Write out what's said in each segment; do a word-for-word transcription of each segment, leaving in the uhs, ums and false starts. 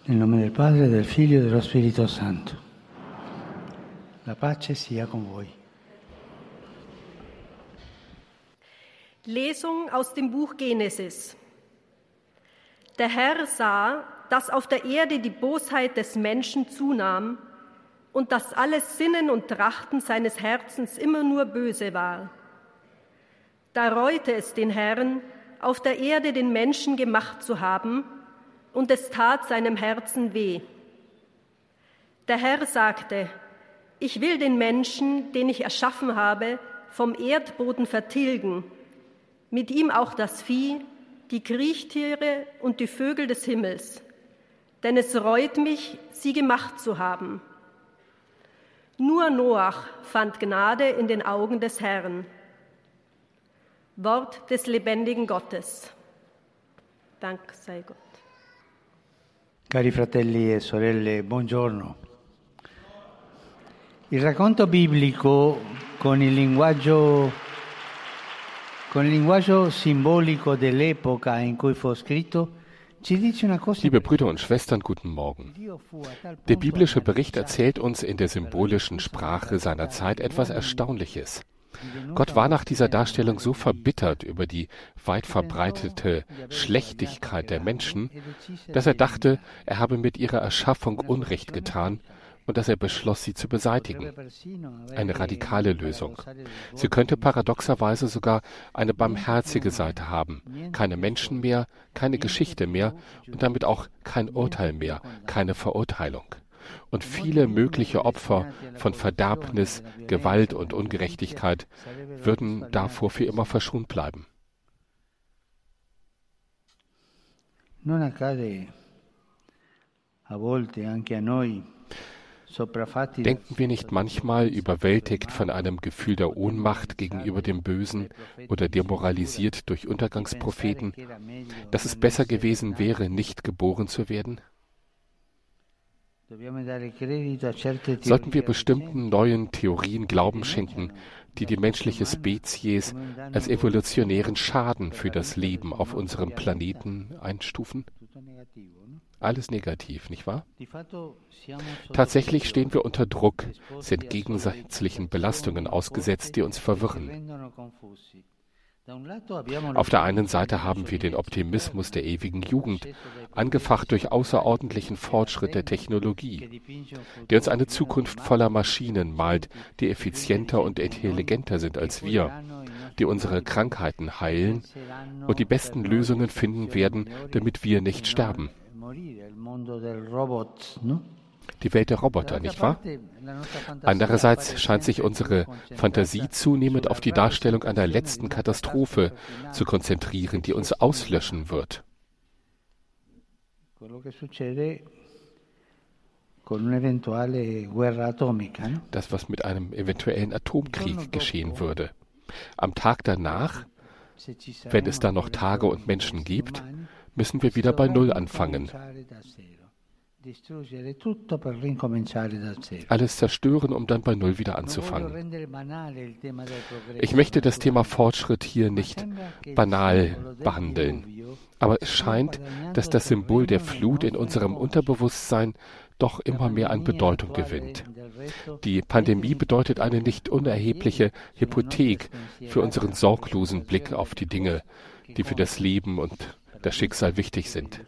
Nel nome del Padre, del Figlio e dello Spirito Santo. La pace sia con voi. Lesung aus dem Buch Genesis. Der Herr sah, dass auf der Erde die Bosheit des Menschen zunahm und dass alles Sinnen und Trachten seines Herzens immer nur böse war. Da reute es den Herrn, auf der Erde den Menschen gemacht zu haben, und es tat seinem Herzen weh. Der Herr sagte: Ich will den Menschen, den ich erschaffen habe, vom Erdboden vertilgen, mit ihm auch das Vieh, die Kriechtiere und die Vögel des Himmels, denn es reut mich, sie gemacht zu haben. Nur Noach fand Gnade in den Augen des Herrn. Wort des lebendigen Gottes. Dank sei Gott. Cari fratelli e sorelle, buongiorno. Il racconto biblico con il linguaggio con il linguaggio simbolico dell'epoca in cui fu scritto ci dice una cosa. Liebe Brüder und Schwestern, guten Morgen. Der biblische Bericht erzählt uns in der symbolischen Sprache seiner Zeit etwas Erstaunliches. Gott war nach dieser Darstellung so verbittert über die weit verbreitete Schlechtigkeit der Menschen, dass er dachte, er habe mit ihrer Erschaffung Unrecht getan und dass er beschloss, sie zu beseitigen. Eine radikale Lösung. Sie könnte paradoxerweise sogar eine barmherzige Seite haben. Keine Menschen mehr, keine Geschichte mehr und damit auch kein Urteil mehr, keine Verurteilung. Und viele mögliche Opfer von Verderbnis, Gewalt und Ungerechtigkeit würden davor für immer verschont bleiben. Denken wir nicht manchmal, überwältigt von einem Gefühl der Ohnmacht gegenüber dem Bösen oder demoralisiert durch Untergangspropheten, dass es besser gewesen wäre, nicht geboren zu werden? Sollten wir bestimmten neuen Theorien Glauben schenken, die die menschliche Spezies als evolutionären Schaden für das Leben auf unserem Planeten einstufen? Alles negativ, nicht wahr? Tatsächlich stehen wir unter Druck, sind gegensätzlichen Belastungen ausgesetzt, die uns verwirren. Auf der einen Seite haben wir den Optimismus der ewigen Jugend, angefacht durch außerordentlichen Fortschritt der Technologie, der uns eine Zukunft voller Maschinen malt, die effizienter und intelligenter sind als wir, die unsere Krankheiten heilen und die besten Lösungen finden werden, damit wir nicht sterben. Die Welt der Roboter, nicht wahr? Andererseits scheint sich unsere Fantasie zunehmend auf die Darstellung einer letzten Katastrophe zu konzentrieren, die uns auslöschen wird. Das, was mit einem eventuellen Atomkrieg geschehen würde. Am Tag danach, wenn es dann noch Tage und Menschen gibt, müssen wir wieder bei Null anfangen. Alles zerstören, um dann bei Null wieder anzufangen. Ich möchte das Thema Fortschritt hier nicht banal behandeln, aber es scheint, dass das Symbol der Flut in unserem Unterbewusstsein doch immer mehr an Bedeutung gewinnt. Die Pandemie bedeutet eine nicht unerhebliche Hypothek für unseren sorglosen Blick auf die Dinge, die für das Leben und das Schicksal wichtig sind.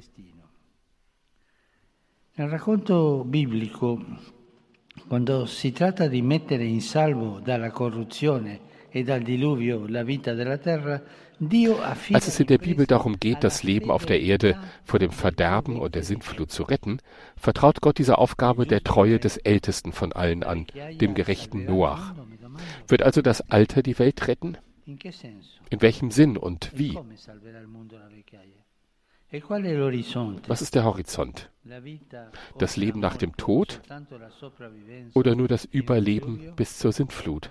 Nel racconto biblico, quando si tratta di mettere in salvo dalla corruzione e dal diluvio la vita della terra, Dio affida. Als es in der Bibel darum geht, das Leben auf der Erde vor dem Verderben und der Sintflut zu retten, vertraut Gott diese Aufgabe der Treue des Ältesten von allen an, dem gerechten Noach. Wird also das Alter die Welt retten? In welchem Sinn und wie? Was ist der Horizont? Das Leben nach dem Tod oder nur das Überleben bis zur Sintflut?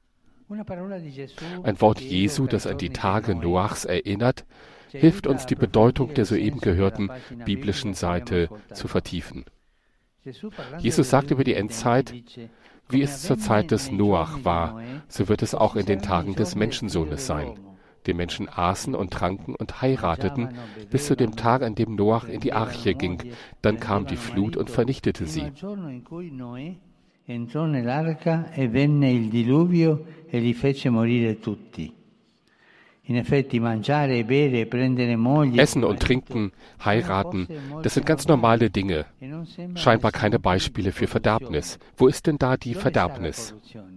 Ein Wort Jesu, das an die Tage Noachs erinnert, hilft uns, die Bedeutung der soeben gehörten biblischen Seite zu vertiefen. Jesus sagt über die Endzeit: Wie es zur Zeit des Noach war, so wird es auch in den Tagen des Menschensohnes sein. Die Menschen aßen und tranken und heirateten, bis zu dem Tag, an dem Noach in die Arche ging. Dann kam die Flut und vernichtete sie. Entrò nell'arca e venne il diluvio e li fece morire tutti. Essen und Trinken, heiraten, das sind ganz normale Dinge. Scheinbar keine Beispiele für Verderbnis. Wo ist denn da die Verderbnis?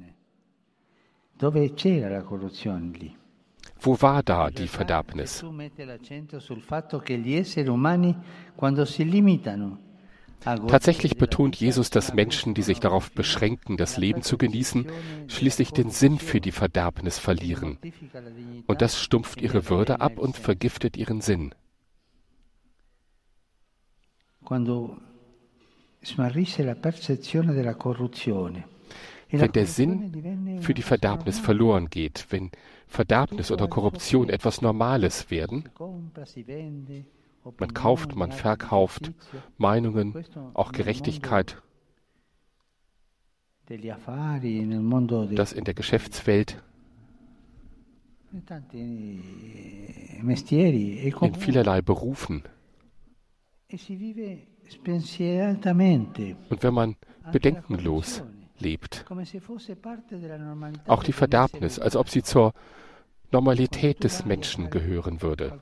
Wo war da die Verderbnis? Tatsächlich betont Jesus, dass Menschen, die sich darauf beschränken, das Leben zu genießen, schließlich den Sinn für die Verderbnis verlieren. Und das stumpft ihre Würde ab und vergiftet ihren Sinn. Wenn der Sinn für die Verderbnis verloren geht, wenn Verderbnis oder Korruption etwas Normales werden, man kauft, man verkauft, Meinungen, auch Gerechtigkeit, das in der Geschäftswelt, in vielerlei Berufen. Und wenn man bedenkenlos lebt, auch die Verderbnis, als ob sie zur Normalität des Menschen gehören würde.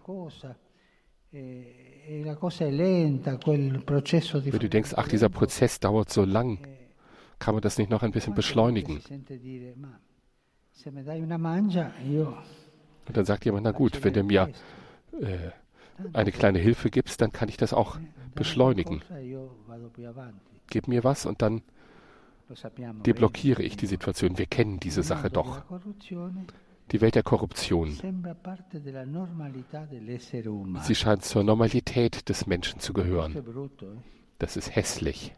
Wenn du denkst, ach, dieser Prozess dauert so lang, kann man das nicht noch ein bisschen beschleunigen? Und dann sagt jemand, na gut, wenn du mir äh, eine kleine Hilfe gibst, dann kann ich das auch beschleunigen. Gib mir was und dann deblockiere ich die Situation. Wir kennen diese Sache doch. Die Welt der Korruption. Sie scheint zur Normalität des Menschen zu gehören. Das ist hässlich.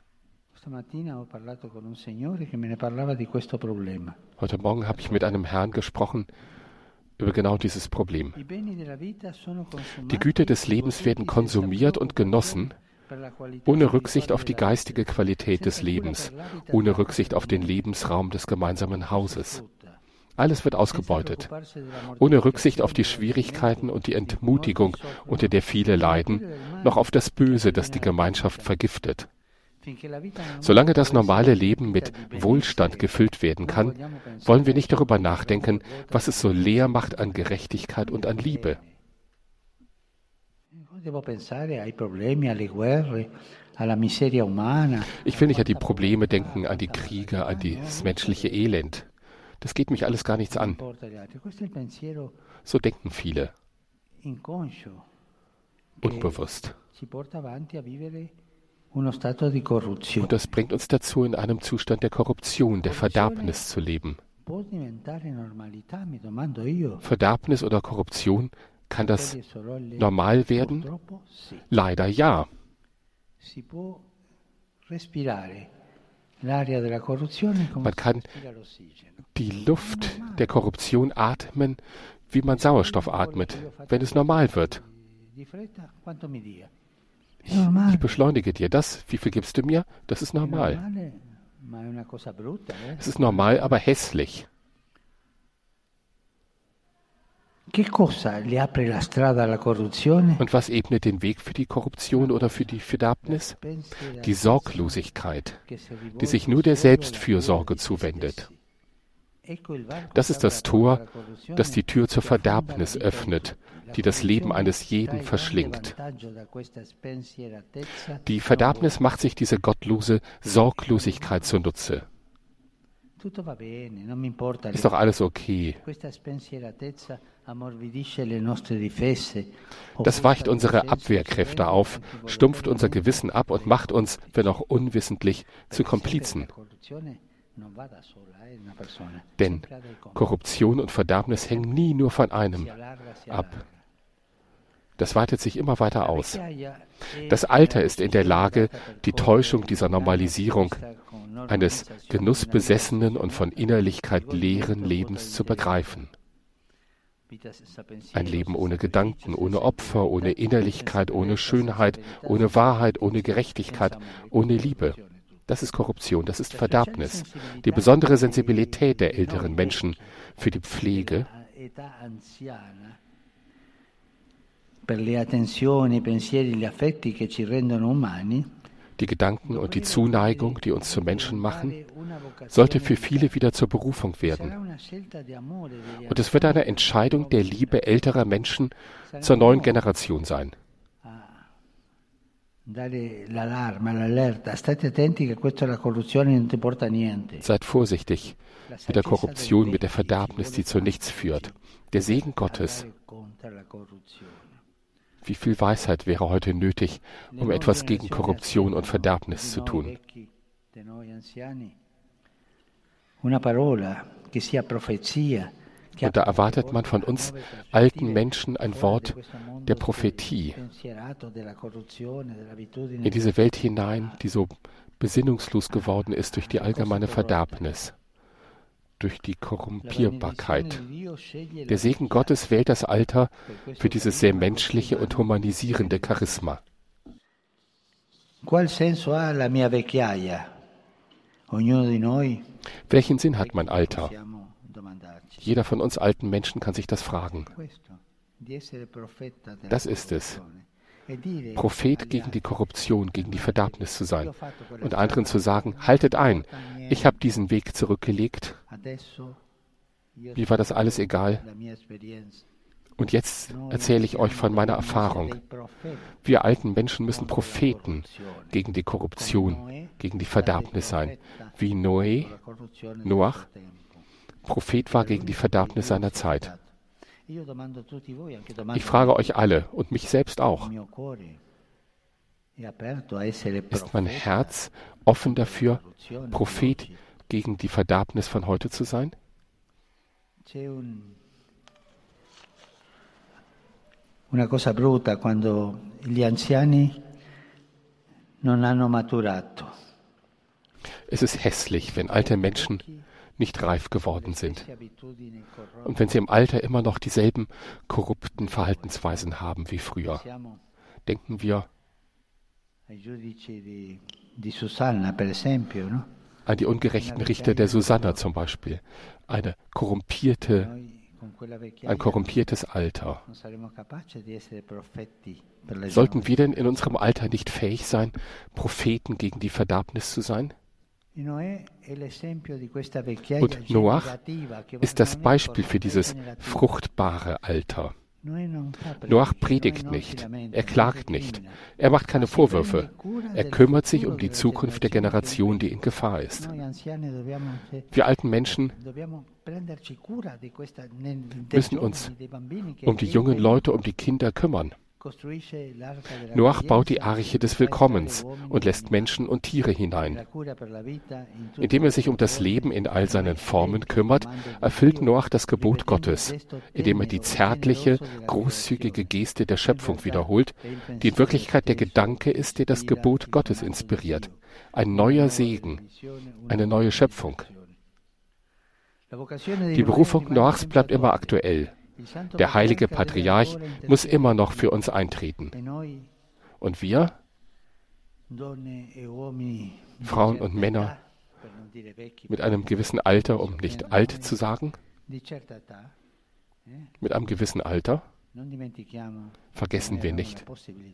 Heute Morgen habe ich mit einem Herrn gesprochen über genau dieses Problem. Die Güter des Lebens werden konsumiert und genossen, ohne Rücksicht auf die geistige Qualität des Lebens, ohne Rücksicht auf den Lebensraum des gemeinsamen Hauses. Alles wird ausgebeutet, ohne Rücksicht auf die Schwierigkeiten und die Entmutigung, unter der viele leiden, noch auf das Böse, das die Gemeinschaft vergiftet. Solange das normale Leben mit Wohlstand gefüllt werden kann, wollen wir nicht darüber nachdenken, was es so leer macht an Gerechtigkeit und an Liebe. Ich will nicht an die Probleme denken, an die Kriege, an das menschliche Elend. Das geht mich alles gar nichts an. So denken viele. Unbewusst. Und das bringt uns dazu, in einem Zustand der Korruption, der Verderbnis zu leben. Verderbnis oder Korruption, kann das normal werden? Leider ja. Man kann die Luft der Korruption atmen, wie man Sauerstoff atmet, wenn es normal wird. Ich, ich beschleunige dir das. Wie viel gibst du mir? Das ist normal. Es ist normal, aber hässlich. Und was ebnet den Weg für die Korruption oder für die Verderbnis? Die Sorglosigkeit, die sich nur der Selbstfürsorge zuwendet. Das ist das Tor, das die Tür zur Verderbnis öffnet, die das Leben eines jeden verschlingt. Die Verderbnis macht sich diese gottlose Sorglosigkeit zunutze. Ist doch alles okay. Das weicht unsere Abwehrkräfte auf, stumpft unser Gewissen ab und macht uns, wenn auch unwissentlich, zu Komplizen. Denn Korruption und Verderbnis hängen nie nur von einem ab. Das weitet sich immer weiter aus. Das Alter ist in der Lage, die Täuschung dieser Normalisierung eines genussbesessenen und von Innerlichkeit leeren Lebens zu begreifen. Ein Leben ohne Gedanken, ohne Opfer, ohne Innerlichkeit, ohne Schönheit, ohne Wahrheit, ohne Gerechtigkeit, ohne Liebe. Das ist Korruption, das ist Verderbnis. Die besondere Sensibilität der älteren Menschen für die Pflege per le attenzioni, i pensieri, gli affetti che ci rendono umani, die Gedanken und die Zuneigung, die uns zu Menschen machen, sollte für viele wieder zur Berufung werden. Und es wird eine Entscheidung der Liebe älterer Menschen zur neuen Generation sein. Seid vorsichtig mit der Korruption, mit der Verderbnis, die zu nichts führt. Der Segen Gottes. Wie viel Weisheit wäre heute nötig, um etwas gegen Korruption und Verderbnis zu tun? Und da erwartet man von uns alten Menschen ein Wort der Prophetie in diese Welt hinein, die so besinnungslos geworden ist durch die allgemeine Verderbnis, durch die Korrumpierbarkeit. Der Segen Gottes wählt das Alter für dieses sehr menschliche und humanisierende Charisma. Welchen Sinn hat mein Alter? Jeder von uns alten Menschen kann sich das fragen. Das ist es. Prophet gegen die Korruption, gegen die Verderbnis zu sein und anderen zu sagen, haltet ein, ich habe diesen Weg zurückgelegt. Mir war das alles egal. Und jetzt erzähle ich euch von meiner Erfahrung. Wir alten Menschen müssen Propheten gegen die Korruption, gegen die Verderbnis sein, wie Noé, Noach, Prophet war gegen die Verderbnis seiner Zeit. Ich frage euch alle und mich selbst auch. Ist mein Herz offen dafür, Prophet gegen die Verderbnis von heute zu sein? Una cosa brutta quando gli anziani non hanno maturato. Es ist hässlich, wenn alte Menschen nicht reif geworden sind. Und wenn sie im Alter immer noch dieselben korrupten Verhaltensweisen haben wie früher. Denken wir an die ungerechten Richter der Susanna zum Beispiel. Eine korrumpierte, ein korrumpiertes Alter. Sollten wir denn in unserem Alter nicht fähig sein, Propheten gegen die Verderbnis zu sein? Und Noach ist das Beispiel für dieses fruchtbare Alter. Noach predigt nicht, er klagt nicht, er macht keine Vorwürfe, er kümmert sich um die Zukunft der Generation, die in Gefahr ist. Wir alten Menschen müssen uns um die jungen Leute, um die Kinder kümmern. Noach baut die Arche des Willkommens und lässt Menschen und Tiere hinein. Indem er sich um das Leben in all seinen Formen kümmert, erfüllt Noach das Gebot Gottes, indem er die zärtliche, großzügige Geste der Schöpfung wiederholt, die in Wirklichkeit der Gedanke ist, der das Gebot Gottes inspiriert. Ein neuer Segen, eine neue Schöpfung. Die Berufung Noachs bleibt immer aktuell. Der heilige Patriarch muss immer noch für uns eintreten. Und wir, Frauen und Männer, mit einem gewissen Alter, um nicht alt zu sagen, mit einem gewissen Alter, vergessen wir nicht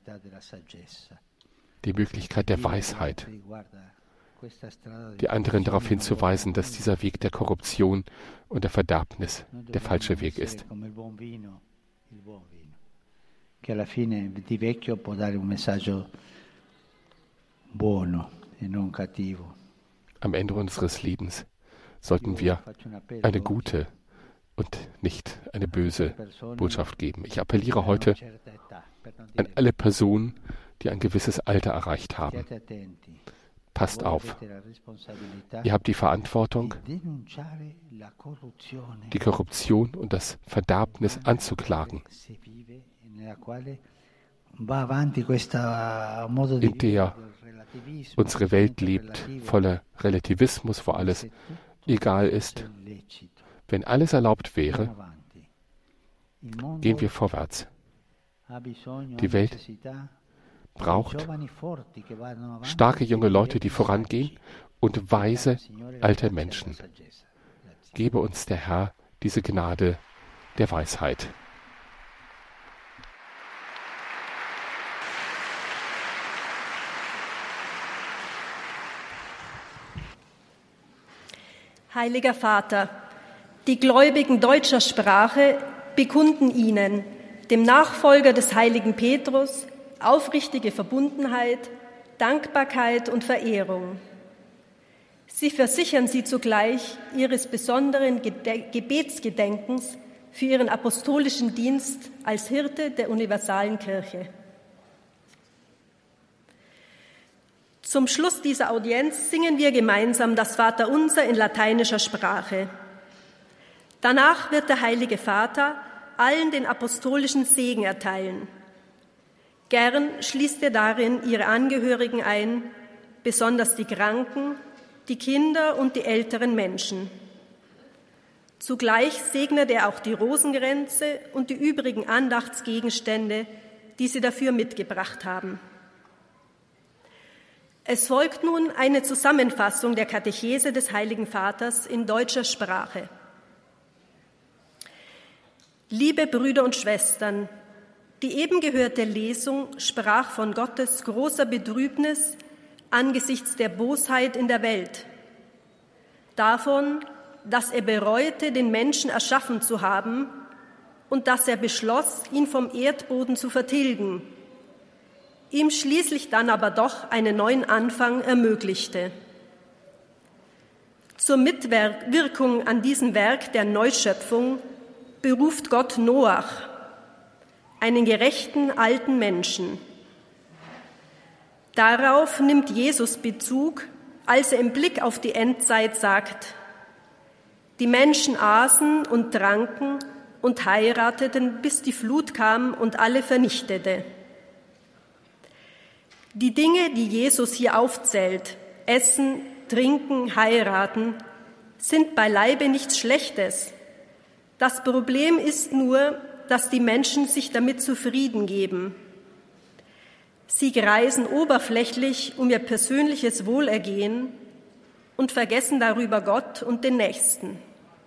die Möglichkeit der Weisheit, die anderen darauf hinzuweisen, dass dieser Weg der Korruption und der Verderbnis der falsche Weg ist. Am Ende unseres Lebens sollten wir eine gute und nicht eine böse Botschaft geben. Ich appelliere heute an alle Personen, die ein gewisses Alter erreicht haben. Passt auf. Ihr habt die Verantwortung, die Korruption und das Verderbnis anzuklagen, in der unsere Welt lebt, voller Relativismus, wo alles egal ist. Wenn alles erlaubt wäre, gehen wir vorwärts. Die Welt braucht starke junge Leute, die vorangehen, und weise alte Menschen. Gebe uns der Herr diese Gnade. der Weisheit. Heiliger Vater, die Gläubigen deutscher Sprache bekunden Ihnen, dem Nachfolger des heiligen Petrus, aufrichtige Verbundenheit, Dankbarkeit und Verehrung. Sie versichern Sie zugleich Ihres besonderen Gebetsgedenkens für Ihren apostolischen Dienst als Hirte der universalen Kirche. Zum Schluss dieser Audienz singen wir gemeinsam das Vaterunser in lateinischer Sprache. Danach wird der Heilige Vater allen den apostolischen Segen erteilen. Gern schließt er darin ihre Angehörigen ein, besonders die Kranken, die Kinder und die älteren Menschen. Zugleich segnet er auch die Rosenkränze und die übrigen Andachtsgegenstände, die sie dafür mitgebracht haben. Es folgt nun eine Zusammenfassung der Katechese des Heiligen Vaters in deutscher Sprache. Liebe Brüder und Schwestern, die eben gehörte Lesung sprach von Gottes großer Betrübnis angesichts der Bosheit in der Welt, davon, dass er bereute, den Menschen erschaffen zu haben und dass er beschloss, ihn vom Erdboden zu vertilgen, ihm schließlich dann aber doch einen neuen Anfang ermöglichte. Zur Mitwirkung an diesem Werk der Neuschöpfung beruft Gott Noach, einen gerechten alten Menschen. Darauf nimmt Jesus Bezug, als er im Blick auf die Endzeit sagt: Die Menschen aßen und tranken und heirateten, bis die Flut kam und alle vernichtete. Die Dinge, die Jesus hier aufzählt, Essen, Trinken, Heiraten, sind beileibe nichts Schlechtes. Das Problem ist nur, dass die Menschen sich damit zufrieden geben. Sie kreisen oberflächlich um ihr persönliches Wohlergehen und vergessen darüber Gott und den Nächsten.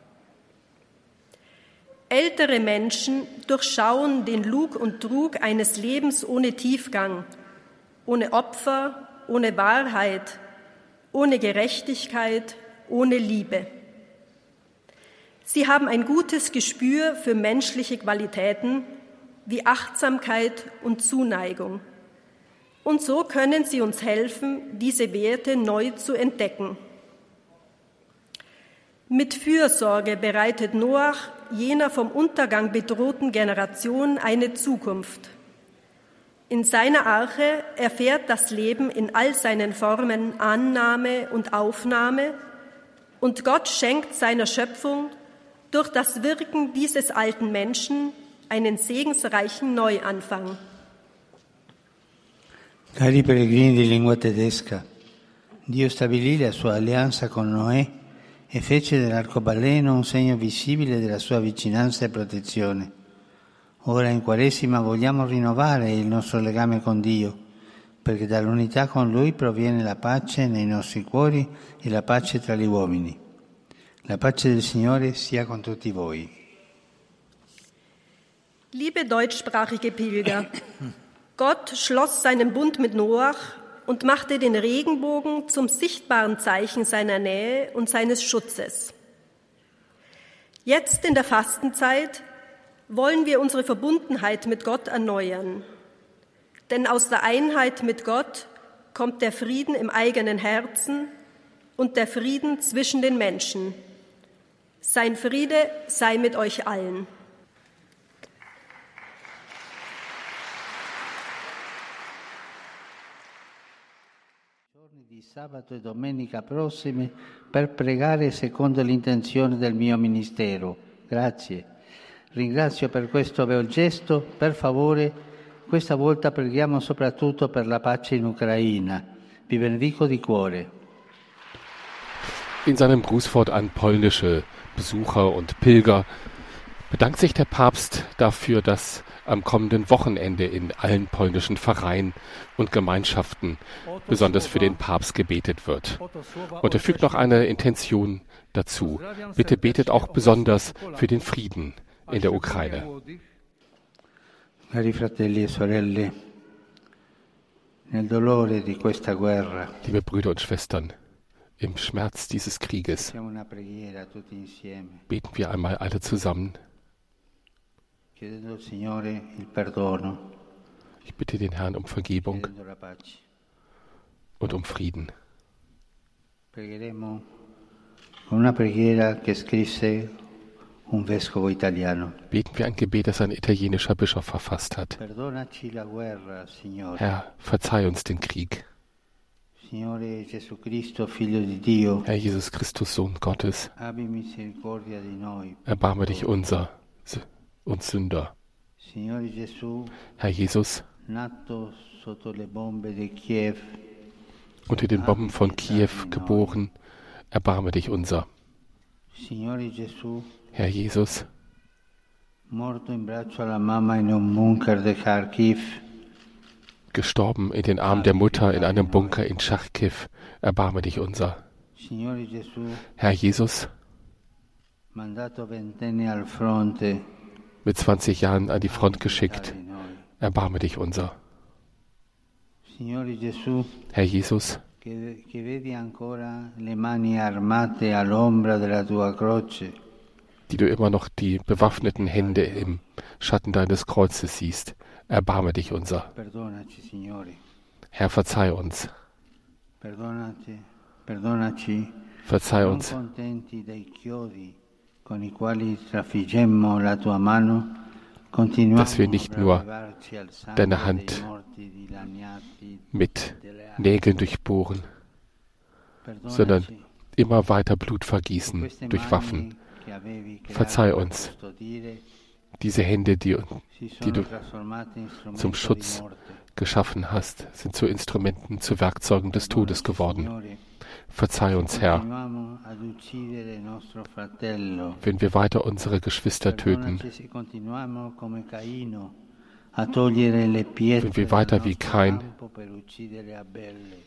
Ältere Menschen durchschauen den Lug und Trug eines Lebens ohne Tiefgang, ohne Opfer, ohne Wahrheit, ohne Gerechtigkeit, ohne Liebe. Sie haben ein gutes Gespür für menschliche Qualitäten wie Achtsamkeit und Zuneigung. Und so können sie uns helfen, diese Werte neu zu entdecken. Mit Fürsorge bereitet Noach jener vom Untergang bedrohten Generation eine Zukunft. In seiner Arche erfährt das Leben in all seinen Formen Annahme und Aufnahme und Gott schenkt seiner Schöpfung durch das Wirken dieses alten Menschen einen segensreichen Neuanfang. Cari pellegrini di lingua tedesca, Dio stabilì la sua alleanza con Noè e fece dell'arcobaleno un segno visibile della sua vicinanza e protezione. Ora in Quaresima vogliamo rinnovare il nostro legame con Dio, perché dall'unità con Lui proviene la pace nei nostri cuori e la pace tra gli uomini. La pace del Signore sia con tutti voi. Liebe deutschsprachige Pilger, Gott schloss seinen Bund mit Noach und machte den Regenbogen zum sichtbaren Zeichen seiner Nähe und seines Schutzes. Jetzt in der Fastenzeit wollen wir unsere Verbundenheit mit Gott erneuern. Denn aus der Einheit mit Gott kommt der Frieden im eigenen Herzen und der Frieden zwischen den Menschen. Sein Friede sei mit euch allen. Di sabato e domenica prossime per pregare secondo l'intenzione del mio ministero. Grazie. Ringrazio per questo bel gesto. Per favore, questa volta preghiamo soprattutto per la pace in Ucraina. Vi benedico di cuore. In seinem Grußwort an polnische Besucher und Pilger bedankt sich der Papst dafür, dass am kommenden Wochenende in allen polnischen Vereinen und Gemeinschaften besonders für den Papst gebetet wird. Und er fügt noch eine Intention dazu. Bitte betet auch besonders für den Frieden in der Ukraine. Cari fratelli e sorelle, nel dolore di questa guerra, liebe Brüder und Schwestern, im Schmerz dieses Krieges beten wir einmal alle zusammen. Ich bitte den Herrn um Vergebung und um Frieden. Pregheremo con una preghiera che scrisse un vescovo italiano. Beten wir ein Gebet, das ein italienischer Bischof verfasst hat. Perdonaci la guerra, Signore. Herr, verzeih uns den Krieg. Signore Gesù Cristo, Figlio di Dio. Herr Jesus Christus, Sohn Gottes, Abbi misericordia di noi. erbarme dich unser, uns Sünder. Signore Gesù, Herr Jesus, nato sotto le bombe di Kiew, unter den Bomben von Kiew geboren, erbarme dich unser. Signore Gesù, Herr Jesus, morto in braccio alla mamma in un bunker di Kharkiv, gestorben in den Armen der Mutter in einem Bunker in Charkiw, erbarme dich unser. Signore Gesù, Herr Jesus, mandato ventenne al fronte, mit zwanzig Jahren an die Front geschickt, erbarme dich unser. Signore Gesù, Herr Jesus, che, che vedi ancora le mani armate all'ombra della tua croce, die du immer noch die bewaffneten Hände im Schatten deines Kreuzes siehst, erbarme dich unser. perdonaci, Signore. Herr, verzeih uns. Perdonati, perdonaci, Verzeih non uns, contenti dei chiodi con i quali trafiggemmo la tua mano, continuiamo dass wir nicht nur a bravarci al sangue deine Hand dei morti dilaniati mit delle armi. Nägeln durchbohren, Perdonaci sondern immer weiter Blut vergießen queste durch mani Waffen. che avevi creato Verzeih per uns. custodire Diese Hände, die, si die sono du trasformate in strumento zum di Schutz morte. geschaffen hast, sind zu Instrumenten, zu Werkzeugen des Todes geworden. Signore, Verzeih uns, Herr, continuiamo ad uccidere nostro fratello. wenn wir weiter unsere Geschwister töten, Perdonaci se continuiamo come Caino a togliere le pietre wenn wir weiter dal wie nostro Kain campo per uccidere Abele.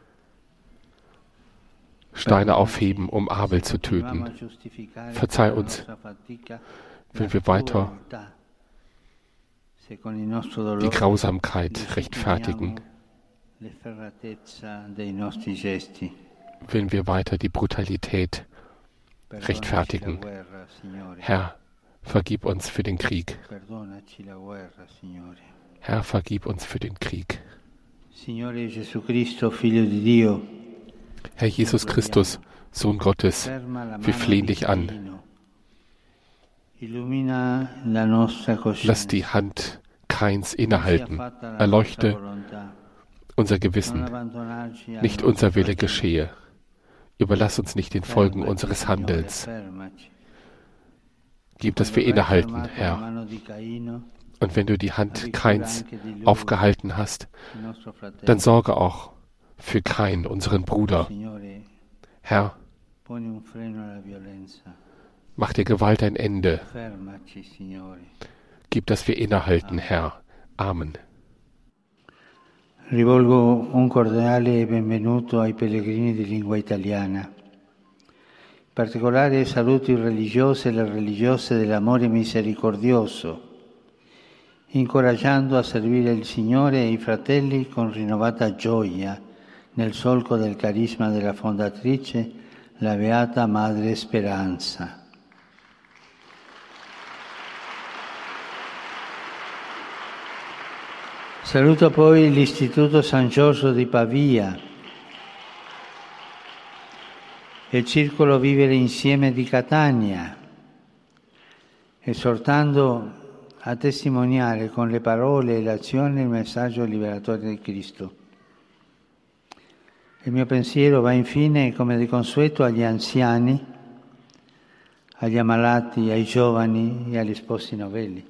Steine aufheben, um Abel zu Continuiamo töten. a giustificare Verzeih con la uns, nostra fatica wenn la wir tua weiter verità. Se con il nostro dolore die Grausamkeit rechtfertigen, l'efferatezza dei nostri gesti. wenn wir weiter die Brutalität Perdonaci rechtfertigen. la guerra, Signore. Herr, vergib uns für den Krieg. Perdonaci la guerra, Signore. Herr, vergib uns für den Krieg. Signore Gesù Cristo, Figlio di Dio, Herr Jesus Christus, Sohn Gottes, ferma la wir mano flehen di dich an. Caino. Illumina la nostra coscienza. Lass die Hand Kains innehalten. Sia fatta la Erleuchte nostra volontà. unser Non Gewissen. abbandonarci al Nicht nostro unser Wille fratello. geschehe. Überlass uns nicht den Folgen Fermaci, unseres Signore, Handelns. fermaci. Gib, dass wir Quando hai innehalten, fermato la Herr. mano di Caino, Und wenn du die Hand Kains anche di lui, aufgehalten hast, il nostro fratello. dann sorge auch für Kain, unseren Bruder. Signore, Herr, poni un freno alla violenza. mach der Gewalt ein Ende. Fermaci, Signore. Gib, dass wir innehalten, Herr. Amen. Rivolgo un cordiale benvenuto ai pellegrini di lingua italiana. In particolare saluto i religiosi e le religiose dell'amore misericordioso, incoraggiando a servire il Signore e i fratelli con rinnovata gioia nel solco del carisma della fondatrice, la Beata Madre Speranza. Saluto poi l'Istituto San Giorgio di Pavia e il Circolo Vivere Insieme di Catania, esortando a testimoniare con le parole e l'azione il messaggio liberatore di Cristo. Il mio pensiero va infine, come di consueto, agli anziani, agli ammalati, ai giovani e agli sposi novelli.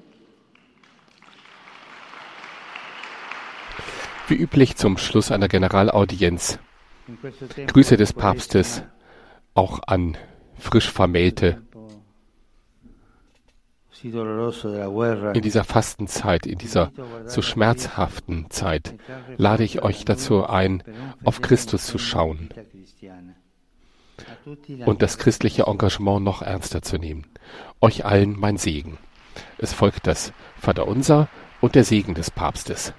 Wie üblich zum Schluss einer Generalaudienz Grüße des Papstes auch an frisch Vermählte in dieser Fastenzeit, in dieser so schmerzhaften Zeit, lade ich euch dazu ein, auf Christus zu schauen und das christliche Engagement noch ernster zu nehmen. Euch allen mein Segen. Es folgt das Vaterunser und der Segen des Papstes.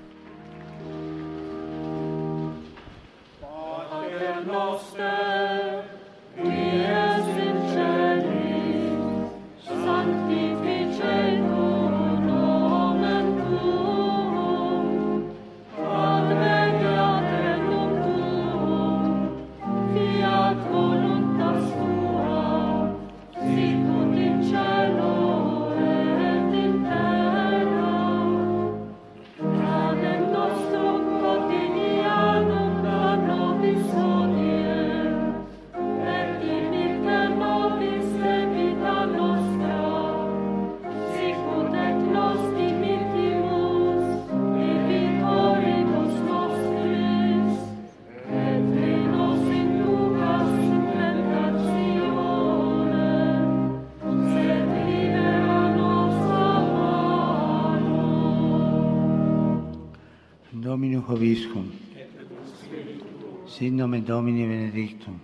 Domino Hoviscum, sit nomen Domini benedictum,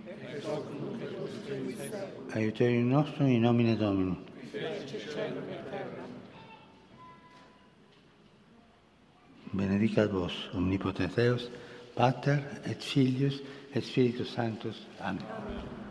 aiuterium nostrum in nomine Domini. Benedicat vos, omnipotens Deus, Pater et Filius et Spiritus Sanctus. Amen.